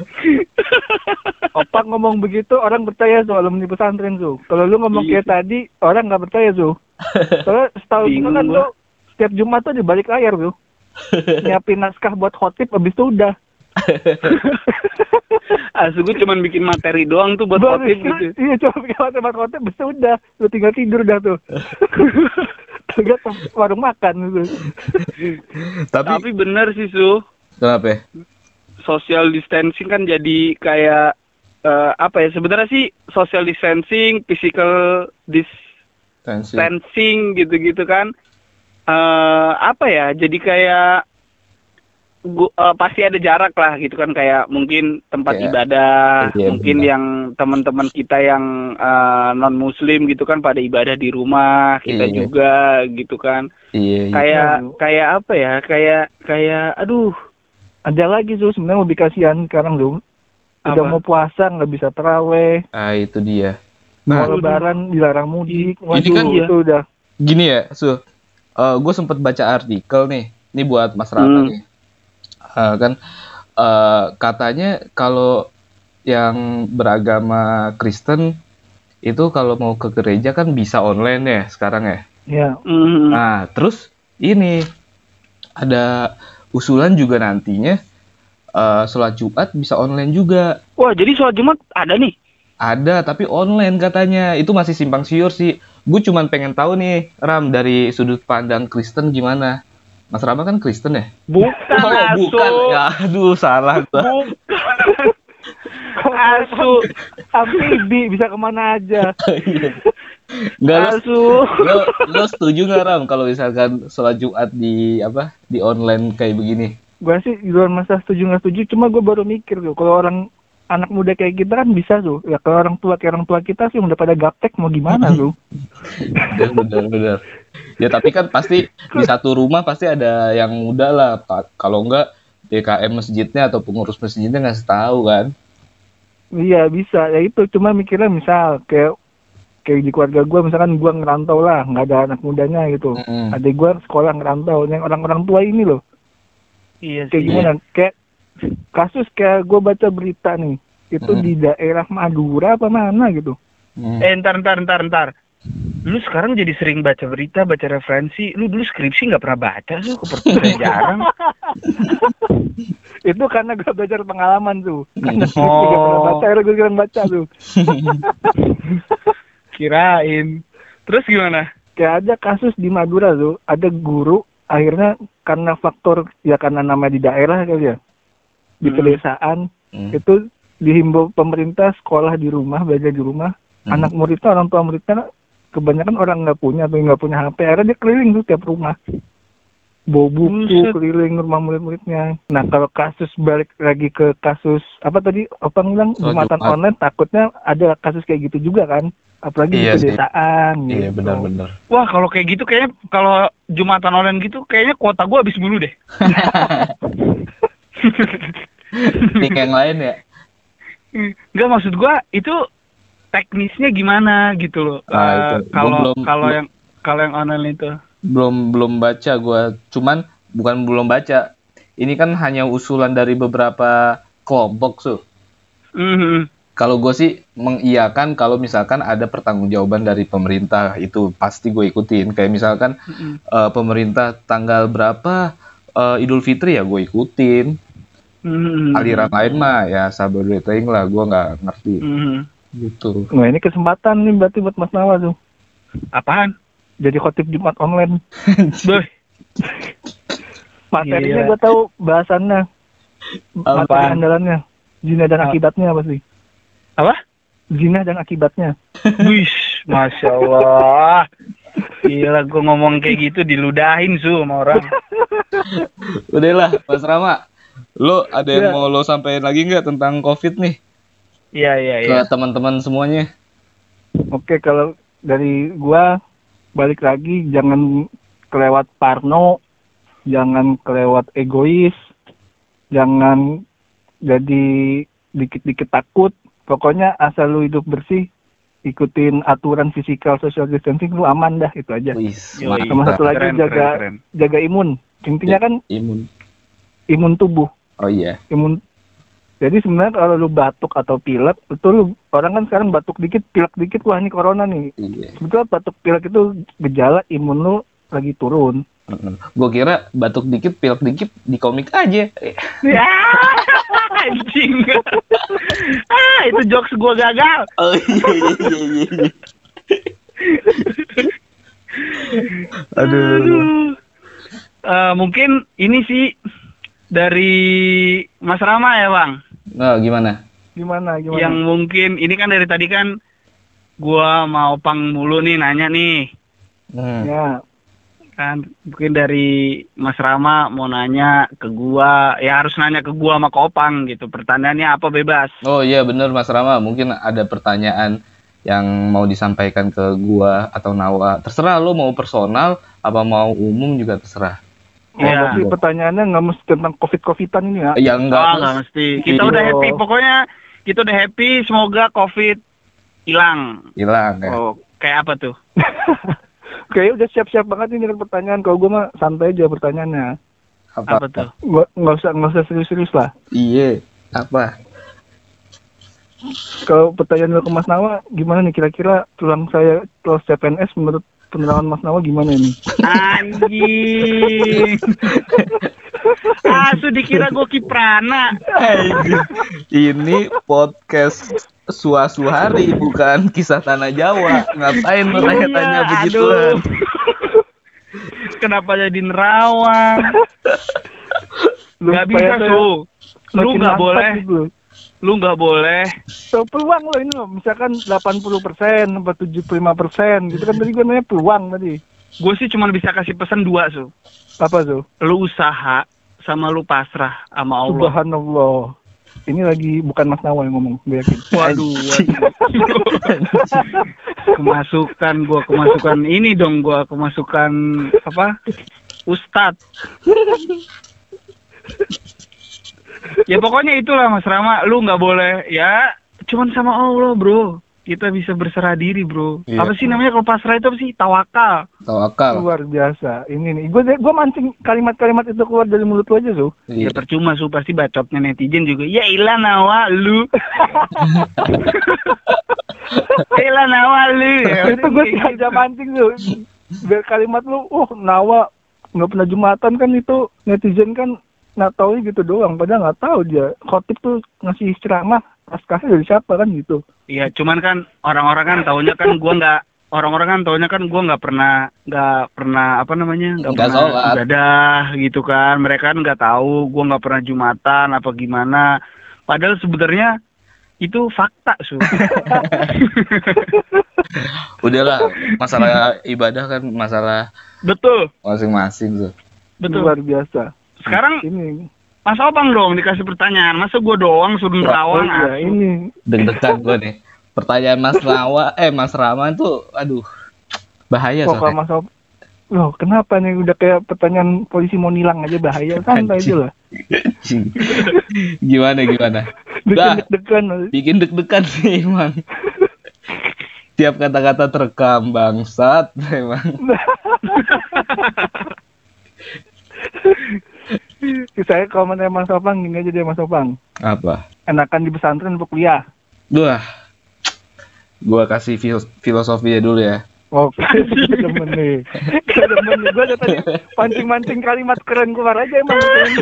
Opak ngomong begitu orang percaya soal alumni pesantren tuh. Kalau lu ngomong Iya. kayak tadi orang nggak percaya tuh. Soalnya setahu gue Bingung kan gua. lu setiap Jumat tuh di balik layar tuh. Nyiapin naskah buat khotib abis itu udah. Asu gue cuman bikin materi doang tuh buat Baru- khotib gitu. Iya coba bikin materi buat khotib abis itu udah. Lu tinggal tidur dah tuh. Tinggal ke warung makan gitu. Tapi, Tapi bener sih Su, kenapa ya? social distancing kan jadi kayak eh, apa ya sebenarnya sih social distancing, physical Tensi. distancing gitu-gitu kan eh apa ya jadi kayak gua, eh, pasti ada jarak lah gitu kan kayak mungkin tempat Iya. ibadah Iya, mungkin benar. yang teman-teman kita yang non muslim gitu kan pada ibadah di rumah kita Iya. juga gitu kan Iya, iya. kayak Iya. kayak apa ya kayak kayak aduh Ada lagi tuh sebenarnya lebih kasihan sekarang tuh. Udah Apa? mau puasa nggak bisa teraweh. Ah, itu dia. Mau Nah, lebaran dilarang mudik. Waduh, kan ya. itu udah. gini ya, Su. gue sempet baca artikel nih. Ini buat Mas Rama Hmm. nih. Eh, kan eh, katanya kalau yang beragama Kristen itu kalau mau ke gereja kan bisa online ya sekarang ya. Ya. mm, Nah, terus ini ada usulan juga nantinya eh, sholat Jumat bisa online juga. wah jadi sholat Jumat ada nih Ada, tapi online katanya. Itu masih simpang siur sih. Gue cuman pengen tahu nih, Ram, dari sudut pandang Kristen gimana? Mas Rama kan Kristen ya? Bukan Oh, asu. bukan. Ya, aduh, salah gua. Asu. Amfibi bisa kemana aja. Enggak, lo, Asu. lo, lo setuju nggak Ram kalau misalkan sholat Jumat di apa di online kayak begini? Gue sih di luar masa setuju nggak setuju, cuma gue baru mikir tuh kalau orang anak muda kayak kita kan bisa tuh. Ya kalau orang tua kayak orang tua kita sih udah pada gaptek mau gimana tuh. Bener, bener, bener. Ya tapi kan pasti di satu rumah pasti ada yang muda lah. Ka- Kalau enggak D K M masjidnya atau pengurus masjidnya nggak tahu kan? Iya bisa, ya itu cuma mikirnya misal kayak kayak di keluarga gue misalkan gue ngerantau lah, nggak ada anak mudanya gitu. Mm-mm. Adik gue sekolah ngerantau, yang orang-orang tua ini loh. Iya Kayak sih. gimana? Kayak kasus kayak gue baca berita nih, itu Mm. di daerah Madura apa mana gitu. Hmm. Eh, ntar, ntar, ntar, ntar. Lu sekarang jadi sering baca berita, baca referensi. Lu dulu skripsi nggak pernah baca tuh, ke perpustakaan jarang. Itu karena gue belajar pengalaman tuh. Karena Oh. skripsi gak pernah baca, akhirnya gue sekarang baca tuh. Kirain. Terus gimana? Kayak ada kasus di Madura tuh, ada guru akhirnya karena faktor ya karena nama di daerah kali ya, di Hmm. pedesaan Hmm. itu dihimbau pemerintah sekolah di rumah, belajar di rumah. Hmm. Anak muridnya, orang tua muridnya kebanyakan orang nggak punya atau nggak punya H P, akhirnya dia keliling tuh tiap rumah, bawa buku Buset. keliling rumah murid-muridnya. Nah kalau kasus balik lagi ke kasus apa tadi Opang bilang Sholat jumatan Jumat. online, takutnya ada kasus kayak gitu juga kan, apalagi Iya di sih. pedesaan. Iya gitu. benar-benar. Wah, kalau kayak gitu kayaknya kalau Jumatan online gitu kayaknya kuota gua habis mulu deh. Tik yang lain ya. Enggak, maksud gua itu teknisnya gimana gitu loh. Ah, Eh, itu. Kalau Belum- kalau belum- yang kalau yang online itu. Belum belum baca gua. Cuman bukan belum baca. Ini kan hanya usulan dari beberapa kelompok tuh. Mhm. Kalau gue sih mengiyakan kalau misalkan ada pertanggungjawaban dari pemerintah, itu pasti gue ikutin. Kayak misalkan Mhm. eh, pemerintah tanggal berapa eh, Idul Fitri ya gue ikutin. Mhm. Aliran lain mah ya sabar teing lah, gue nggak ngerti Mhm. gitu. Nah ini kesempatan nih berarti buat Mas Nawa tuh, Apaan? jadi khotib Jumat online. Boy. Materinya Gila. gue tahu bahasannya, materi Apaan? andalannya, zina dan Apa? akibatnya apa sih? Apa? Zina dan akibatnya. Wih, masya Allah. Gila, gue ngomong kayak gitu diludahin su sama orang. Udahlah, Mas Rama, lo ada yang Ya. mau lo sampaikan lagi nggak tentang COVID nih Iya, iya, ke iya. teman-teman semuanya? Oke, kalau dari gua balik lagi, jangan kelewat parno, jangan kelewat egois, jangan jadi dikit-dikit takut. Pokoknya asal lu hidup bersih, ikutin aturan physical social distancing, lu aman dah, itu aja. Wis, Yoi. Sama satu lagi, Keren, jaga keren, keren. jaga imun. Intinya kan imun. imun tubuh, Oh iya. imun. Jadi sebenarnya kalau lu batuk atau pilek, itu lu orang kan sekarang batuk dikit, pilek dikit, wah ini corona nih. Iya. Sebetulnya batuk pilek itu gejala imun lu lagi turun. Gue kira batuk dikit, pilek dikit di komik aja. Ya, anjing. Ah, itu jokes gue gagal. Oh iya iya iya iya. Aduh. Eh, mungkin ini sih dari Mas Rama ya, Bang. Nah, gimana? Gimana gimana? Yang mungkin ini kan dari tadi kan gua mau Pang mulu nih nanya nih. Hmm. Ya, Kan mungkin dari Mas Rama mau nanya ke gua, ya harus nanya ke gua sama ke Opang gitu. Pertanyaannya apa bebas. Oh iya bener Mas Rama, mungkin ada pertanyaan yang mau disampaikan ke gua atau Nawa. Terserah lo mau personal apa mau umum juga terserah. oh, Iya. berarti pertanyaannya nggak mesti tentang covid-covidan ini ya? Ya enggak. Oh, nggak mesti. Kita Iya. udah happy. Pokoknya kita udah happy. Semoga COVID hilang. Hilang ya. Oh, kayak apa tuh? Kayaknya udah siap-siap banget ini dengan pertanyaan. Kalau gue mah santai aja pertanyaannya. Apa? Apa tuh? Gua nggak usah nggak usah serius-serius lah. Iya. Apa? Kalau pertanyaan lo ke Mas Nawa, gimana nih kira-kira tulang saya tulang C P N S menurut penerangan Mas Nawa gimana ini? Anjing. Asu dikira gue Kiprana. Ini podcast Suasu Hari bukan kisah tanah Jawa. Ngapain lo tanya-tanya Iya, begituan? aduh. kenapa jadi nerawang? Lu Gak supaya bisa, saya Su. Lu makin nggak mantap boleh. gitu. Lu nggak boleh. So, peluang lo ini loh, misalkan delapan puluh persen atau tujuh puluh lima persen gitu kan tadi gue nanya peluang tadi. Gue sih cuma bisa kasih pesan dua, Su. Apa tuh? Lu usaha sama lu pasrah sama Allah. Subhanallah. Ini lagi bukan Mas Nawa yang ngomong, gue yakin. Waduh, waduh. Kemasukan gua, kemasukan ini dong gua, kemasukan apa? Ustadz. Ya pokoknya itulah Mas Rama, lu nggak boleh ya, cuman sama Allah, Bro. Kita bisa berserah diri, Bro. Iya. Apa sih namanya kalau pasrah itu apa sih? Tawakal. Tawakal. Luar biasa. Ini nih, gue gue mancing kalimat-kalimat itu keluar dari mulut lo aja, Su. Ya Iya. percuma, Su, pasti bacotnya netizen juga. Ya ilah Nawa lu. Ilah Nawa lu. Ya, Itu gue sengaja mancing tuh. Biar kalimat lu, oh Nawa nggak pernah Jumatan kan itu netizen kan nggak tahu gitu doang. Padahal nggak tahu dia. Khotib tuh ngasih ceramah, naskahnya dari siapa kan gitu. Iya, cuman kan orang-orang kan taunya kan gua nggak, orang-orang kan taunya kan gua nggak pernah nggak pernah apa namanya nggak Nggak pernah sholat. ibadah gitu kan. Mereka kan nggak tahu gua nggak pernah Jumatan apa gimana. Padahal sebenarnya itu fakta, Su. Udahlah, masalah ibadah kan masalah Betul, masing-masing tuh. betul. Luar biasa. Sekarang Ini. Mas Opang dong dikasih pertanyaan. Masa gua doang suruh Oh nerawang? iya, ini. Deg-degan gue nih. Pertanyaan Mas Rawa, eh Mas Rama tuh, aduh, bahaya Kok kalau soalnya. Mas Op- Loh, kenapa nih udah kayak pertanyaan polisi mau nilang aja bahaya, santai aja lah. Gimana gimana? Bikin Dah. deg-degan. Bikin deg-degan sih emang. Tiap kata-kata terekam bangsat emang. Saya kalau menanya Mas Opang, gini aja deh Mas Opang. Apa? Enakan di pesantren untuk kuliah. Wah, gua kasih fil- filosofinya dulu ya. Oke, demen nih. Demen nih. Gue udah tadi pancing-mancing kalimat keren keluar aja emang.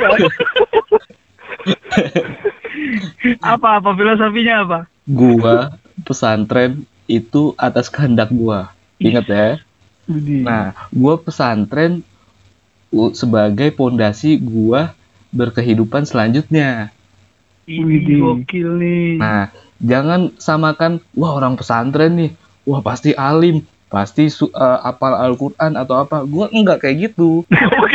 Apa apa filosofinya apa? Gua pesantren itu atas kehendak gua. Ingat ya. Widih. Nah, gua pesantren u- sebagai pondasi gua berkehidupan selanjutnya. Ih, Widih. gokil nih. Nah, jangan samakan, wah orang pesantren nih, wah pasti alim, pasti su- eh, hafal Al-Quran atau apa. Gua enggak kayak gitu.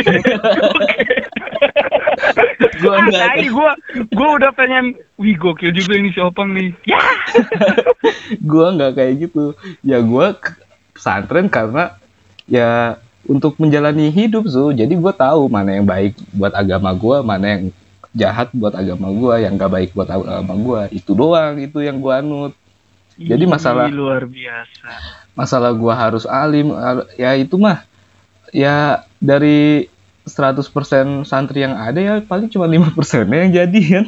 Gua Ah, enggak tai, kayak, gua gua udah pengen, wih gokil juga ini si Opang nih. Ya. gua enggak kayak gitu. Ya gua ke pesantren karena ya untuk menjalani hidup, Su. Jadi gua tahu mana yang baik buat agama gua, mana yang jahat buat agama gua, yang enggak baik buat agama gua. Itu doang, itu yang gua anut. Jadi Ih, masalah- luar biasa. Masalah gua harus alim, al- ya itu mah ya dari seratus persen santri yang ada ya paling cuma lima persennya yang jadi kan.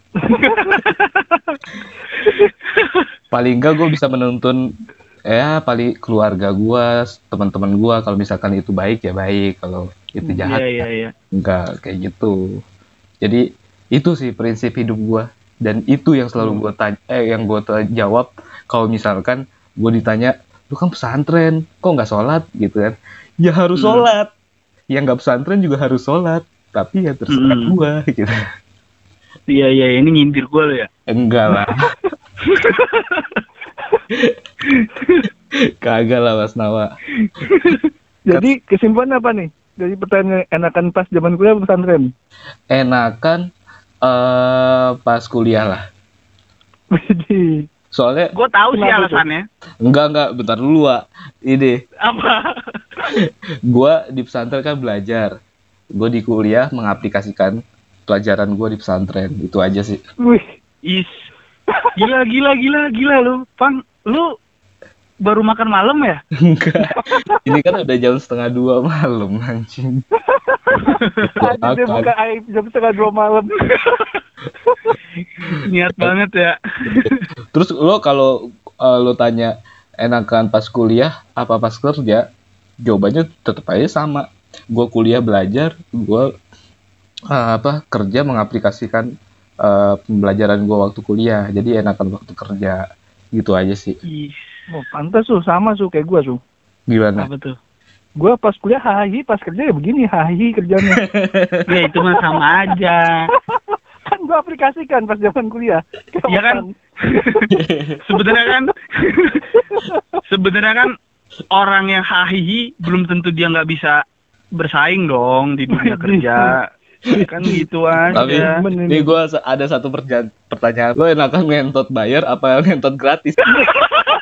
Paling enggak gue bisa menuntun ya paling keluarga gua, teman-teman gua, kalau misalkan itu baik ya baik, kalau itu jahat Iya iya iya. enggak kayak gitu. Jadi itu sih prinsip hidup gua, dan itu yang selalu gua tanya, eh yang gua ta- jawab kalau misalkan gua ditanya, lu kan pesantren kok nggak sholat gitu kan. Ya harus Hmm. sholat, yang nggak pesantren juga harus sholat, tapi ya terserah Hmm. gua gitu. Iya iya, ini nyindir gua lo ya. Enggak lah. Kagak lah Mas Nawa. Jadi kesimpulan apa nih? Dari pertanyaan enakan pas zaman kuliah atau pesantren? Enakan eh pas kuliah lah. Widih. Soalnya Gua tahu sih Kenapa tuh? alasannya. enggak enggak bentar dulu Wak. Ini Apa? gua di pesantren kan belajar. Gue di kuliah mengaplikasikan pelajaran gue di pesantren. Itu aja sih. Wih. Is. Gila gila gila gila lu. Pang, lu baru makan malam ya? Enggak. Ini kan udah jam setengah dua malam anjing. Gua Tadi dia makan. buka air jam setengah dua malam. Niat banget ya. Terus lo kalau eh, lo tanya enakan pas kuliah apa pas kerja, jawabannya tetap aja sama. Gue kuliah belajar, gue eh, apa kerja mengaplikasikan eh, pembelajaran gue waktu kuliah. Jadi enakan waktu kerja, gitu aja sih. Is. Oh, pantas tuh sama tuh kayak gua tuh. Gimana? Apa tuh? Gue pas kuliah hahi, pas kerja ya begini hahi kerjanya. Ya itu mah sama aja. Kan gue aplikasikan pas zaman kuliah. Iya kan? Sebenarnya kan sebenarnya kan orang yang hahihi belum tentu dia nggak bisa bersaing dong di dunia kerja. Kan gitu Tapi aja. ini gue ada satu perja- pertanyaan, lo enakan ngentot bayar apa ngentot gratis?